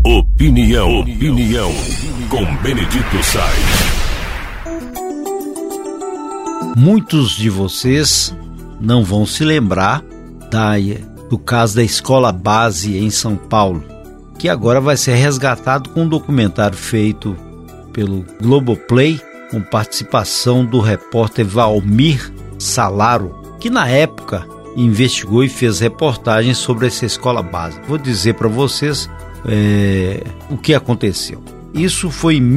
Opinião com Benedito Sainz. Muitos de vocês não vão se lembrar do caso da Escola Base em São Paulo, que agora vai ser resgatado com um documentário feito pelo Globoplay, com participação do repórter Valmir Salaro, que na época investigou e fez reportagens sobre essa escola base. Vou dizer para vocês o que aconteceu. Isso foi em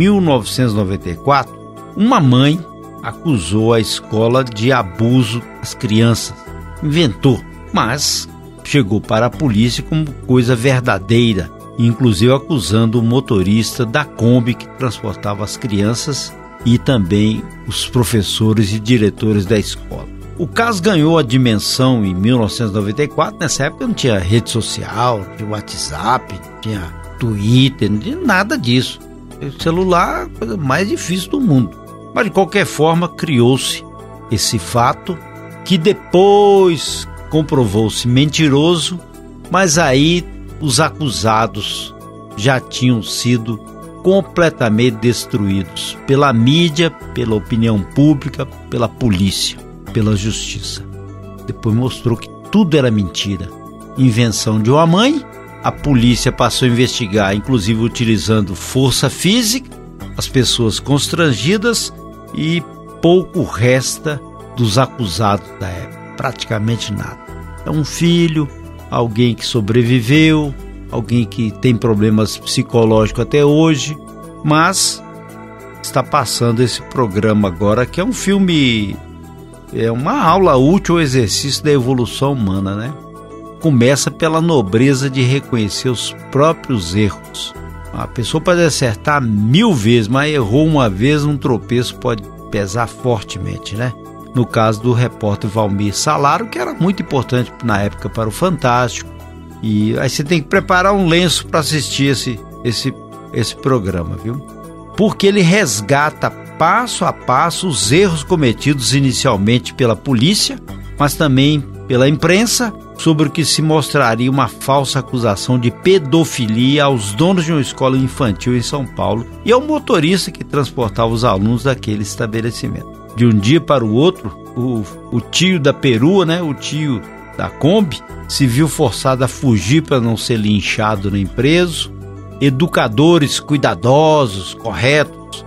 1994. Uma mãe acusou a escola de abuso das crianças. Inventou, mas chegou para a polícia como coisa verdadeira, inclusive acusando o motorista da Kombi que transportava as crianças e também os professores e diretores da escola. O caso ganhou a dimensão em 1994. Nessa época não tinha rede social, não tinha WhatsApp, não tinha Twitter, não tinha nada disso. O celular é a coisa mais difícil do mundo. Mas de qualquer forma criou-se esse fato que depois comprovou-se mentiroso, mas aí os acusados já tinham sido completamente destruídos pela mídia, pela opinião pública, pela polícia, pela justiça. Depois mostrou que tudo era mentira, invenção de uma mãe. A polícia passou a investigar, inclusive utilizando força física, as pessoas constrangidas, e pouco resta dos acusados da época, praticamente nada. É um filho, alguém que sobreviveu, alguém que tem problemas psicológicos até hoje, mas está passando esse programa agora, que é um filme, é uma aula útil ao exercício da evolução humana, né? Começa pela nobreza de reconhecer os próprios erros. A pessoa pode acertar 1000 vezes, mas errou uma vez, um tropeço pode pesar fortemente, né? No caso do repórter Valmir Salaro, que era muito importante na época para o Fantástico. E aí você tem que preparar um lenço para assistir esse programa, viu? Porque ele resgata passo a passo os erros cometidos inicialmente pela polícia, mas também pela imprensa, sobre o que se mostraria uma falsa acusação de pedofilia aos donos de uma escola infantil em São Paulo e ao motorista que transportava os alunos daquele estabelecimento. De um dia para o outro, o tio da perua, né, o tio da Kombi, se viu forçado a fugir para não ser linchado nem preso. Educadores cuidadosos, corretos,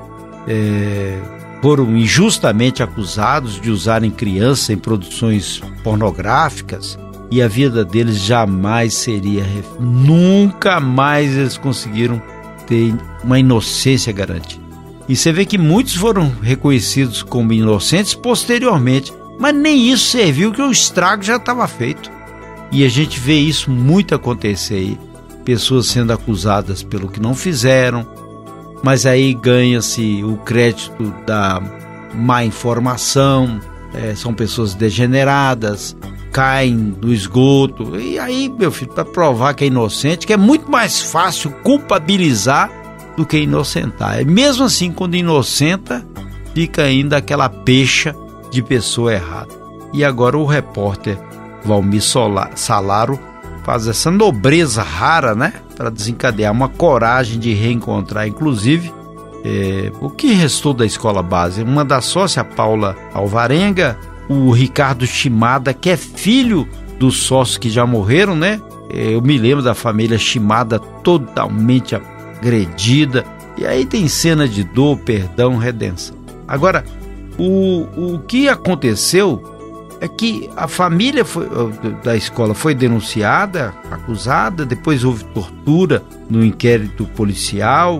foram injustamente acusados de usarem crianças em produções pornográficas, e a vida deles jamais seria nunca mais eles conseguiram ter uma inocência garantida. E você vê que muitos foram reconhecidos como inocentes posteriormente, mas nem isso serviu, que o estrago já estava feito. E a gente vê isso muito acontecer aí, pessoas sendo acusadas pelo que não fizeram, mas aí ganha-se o crédito da má informação, são pessoas degeneradas, caem no esgoto, e aí, meu filho, para provar que é inocente, que é muito mais fácil culpabilizar do que inocentar. Mesmo assim, quando inocenta, fica ainda aquela pecha de pessoa errada. E agora o repórter Valmir Salaro faz essa nobreza rara, né, para desencadear uma coragem de reencontrar, inclusive, o que restou da escola base. Uma das sócias, a Paula Alvarenga, o Ricardo Shimada, que é filho dos sócios que já morreram, né? Eu me lembro da família Shimada totalmente agredida. E aí tem cena de dor, perdão, redenção. Agora, o que aconteceu é que a família da escola foi denunciada, acusada, depois houve tortura no inquérito policial,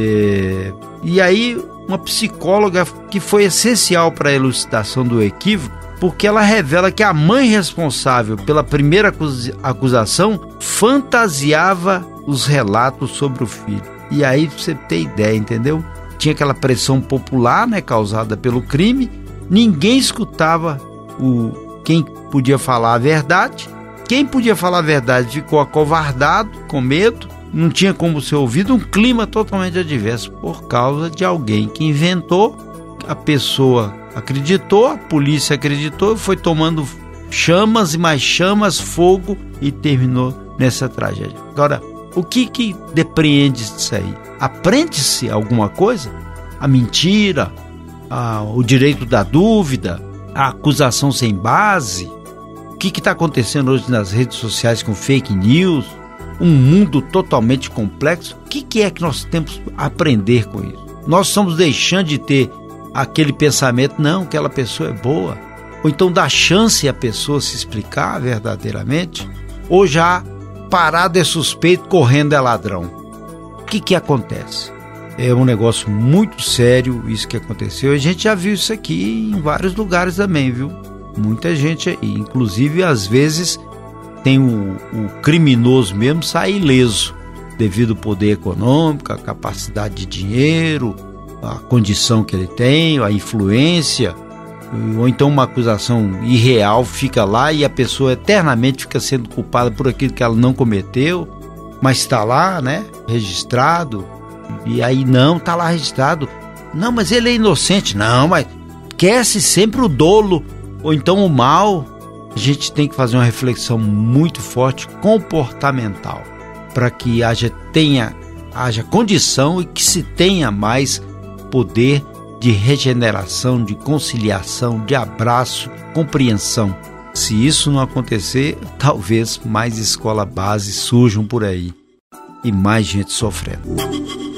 e aí uma psicóloga que foi essencial para a elucidação do equívoco, porque ela revela que a mãe responsável pela primeira acusação fantasiava os relatos sobre o filho. E aí você tem ideia, entendeu? Tinha aquela pressão popular, né, causada pelo crime, ninguém escutava quem podia falar a verdade. Quem podia falar a verdade ficou acovardado, com medo, não tinha como ser ouvido, um clima totalmente adverso por causa de alguém que inventou. A pessoa acreditou, a polícia acreditou, foi tomando chamas e mais chamas, fogo, e terminou nessa tragédia. Agora, O que depreende disso aí? Aprende-se alguma coisa? A mentira, o direito da dúvida, a acusação sem base? O que está acontecendo hoje nas redes sociais com fake news? Um mundo totalmente complexo. O que é que nós temos a aprender com isso? Nós estamos deixando de ter aquele pensamento, não, aquela pessoa é boa. Ou então dar chance à pessoa se explicar verdadeiramente. Ou já parado é suspeito, correndo é ladrão. O que acontece? É um negócio muito sério isso que aconteceu. A gente já viu isso aqui em vários lugares também, viu? Muita gente aí. Inclusive, às vezes, tem o criminoso mesmo sai ileso, devido ao poder econômico, a capacidade de dinheiro, a condição que ele tem, a influência, ou então uma acusação irreal fica lá e a pessoa eternamente fica sendo culpada por aquilo que ela não cometeu, mas está lá, né, registrado, e aí não, está lá registrado, não, mas ele é inocente, não, mas quer-se sempre o dolo, ou então o mal. A gente tem que fazer uma reflexão muito forte, comportamental, para que haja condição e que se tenha mais poder de regeneração, de conciliação, de abraço, compreensão. Se isso não acontecer, talvez mais escola base surjam por aí e mais gente sofrendo.